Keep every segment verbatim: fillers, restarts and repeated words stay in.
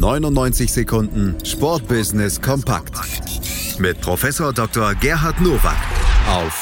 neunundneunzig Sekunden Sportbusiness kompakt mit Professor Doktor Gerhard Nowak auf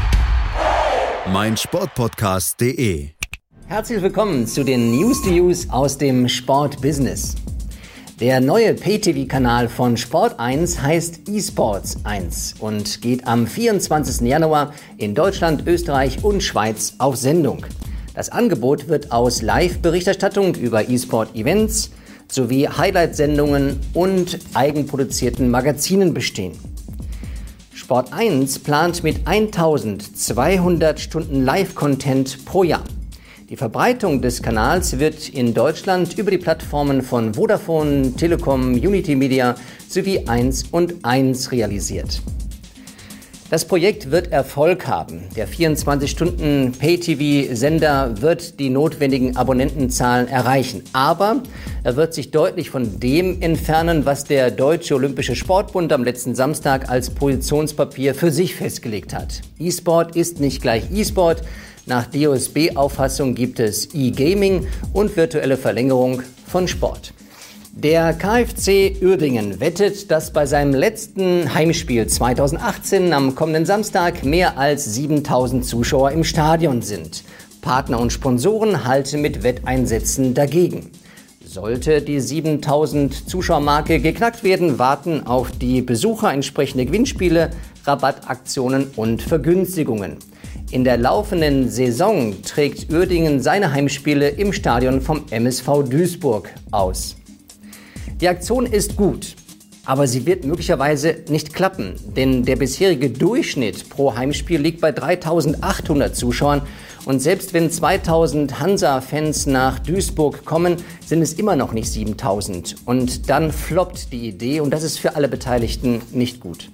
meinsportpodcast punkt de. Herzlich willkommen zu den News to Use aus dem Sportbusiness. Der neue Pay-T V-Kanal von Sport eins heißt eSports eins und geht am vierundzwanzigsten Januar in Deutschland, Österreich und Schweiz auf Sendung. Das Angebot wird aus Live-Berichterstattung über eSport-Events sowie Highlight-Sendungen und eigenproduzierten Magazinen bestehen. Sport eins plant mit eintausendzweihundert Stunden Live-Content pro Jahr. Die Verbreitung des Kanals wird in Deutschland über die Plattformen von Vodafone, Telekom, Unity Media sowie eins und eins realisiert. Das Projekt wird Erfolg haben. Der vierundzwanzig Stunden Pay-T V-Sender wird die notwendigen Abonnentenzahlen erreichen. Aber er wird sich deutlich von dem entfernen, was der Deutsche Olympische Sportbund am letzten Samstag als Positionspapier für sich festgelegt hat. E-Sport ist nicht gleich E-Sport. Nach D O S B-Auffassung gibt es E-Gaming und virtuelle Verlängerung von Sport. Der K F C Uerdingen wettet, dass bei seinem letzten Heimspiel zweitausendachtzehn am kommenden Samstag mehr als siebentausend Zuschauer im Stadion sind. Partner und Sponsoren halten mit Wetteinsätzen dagegen. Sollte die siebentausend Zuschauermarke geknackt werden, warten auf die Besucher entsprechende Gewinnspiele, Rabattaktionen und Vergünstigungen. In der laufenden Saison trägt Uerdingen seine Heimspiele im Stadion vom M S V Duisburg aus. Die Aktion ist gut, aber sie wird möglicherweise nicht klappen, denn der bisherige Durchschnitt pro Heimspiel liegt bei dreitausendachthundert Zuschauern und selbst wenn zweitausend Hansa-Fans nach Duisburg kommen, sind es immer noch nicht siebentausend und dann floppt die Idee und das ist für alle Beteiligten nicht gut.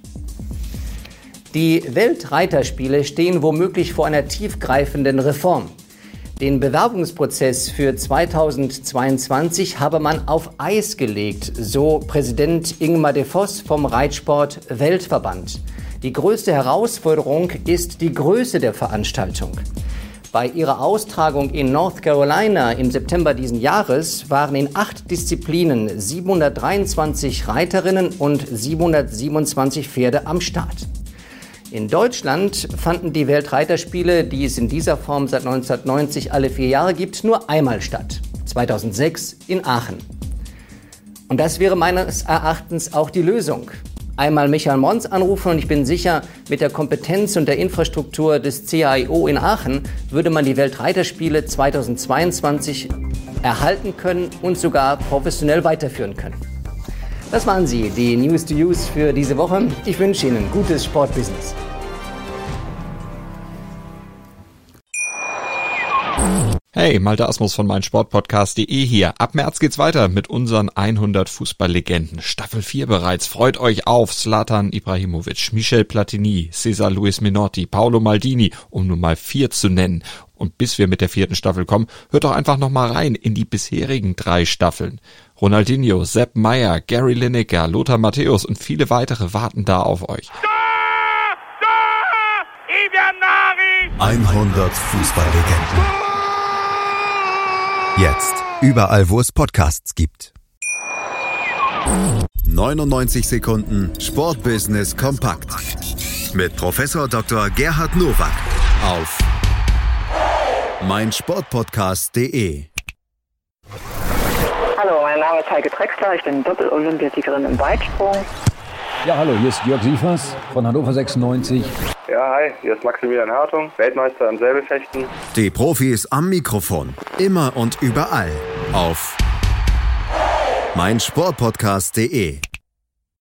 Die Weltreiterspiele stehen womöglich vor einer tiefgreifenden Reform. Den Bewerbungsprozess für zweitausendzweiundzwanzig habe man auf Eis gelegt, so Präsident Ingmar de Voss vom Reitsport-Weltverband. Die größte Herausforderung ist die Größe der Veranstaltung. Bei ihrer Austragung in North Carolina im September diesen Jahres waren in acht Disziplinen siebenhundertdreiundzwanzig Reiterinnen und siebenhundertsiebenundzwanzig Pferde am Start. In Deutschland fanden die Weltreiterspiele, die es in dieser Form seit neunzehnhundertneunzig alle vier Jahre gibt, nur einmal statt. zweitausendsechs in Aachen. Und das wäre meines Erachtens auch die Lösung. Einmal Michael Mons anrufen und ich bin sicher, mit der Kompetenz und der Infrastruktur des C A I O in Aachen würde man die Weltreiterspiele zweitausendzweiundzwanzig erhalten können und sogar professionell weiterführen können. Das waren sie, die News to Use für diese Woche. Ich wünsche Ihnen gutes Sportbusiness. Hey, Malte Asmus von meinsportpodcast punkt de hier. Ab März geht's weiter mit unseren hundert Fußballlegenden. Staffel vier bereits. Freut euch auf Zlatan Ibrahimovic, Michel Platini, Cesar Luis Menotti, Paolo Maldini, um nur mal vier zu nennen. Und bis wir mit der vierten Staffel kommen, hört doch einfach noch mal rein in die bisherigen drei Staffeln. Ronaldinho, Sepp Maier, Gary Lineker, Lothar Matthäus und viele weitere warten da auf euch. hundert Fußballlegenden. Jetzt überall, wo es Podcasts gibt. neunundneunzig Sekunden Sportbusiness kompakt mit Professor Doktor Gerhard Nowak auf meinsportpodcast punkt de. Hallo, mein Name ist Heike Drexler, ich bin Doppel-Olympiasiegerin im Weitsprung. Ja, hallo, hier ist Jörg Sievers von Hannover sechsundneunzig. Ja, hi, hier ist Maximilian Hartung, Weltmeister im Säbelfechten. Die Profis am Mikrofon, immer und überall auf meinsportpodcast punkt de.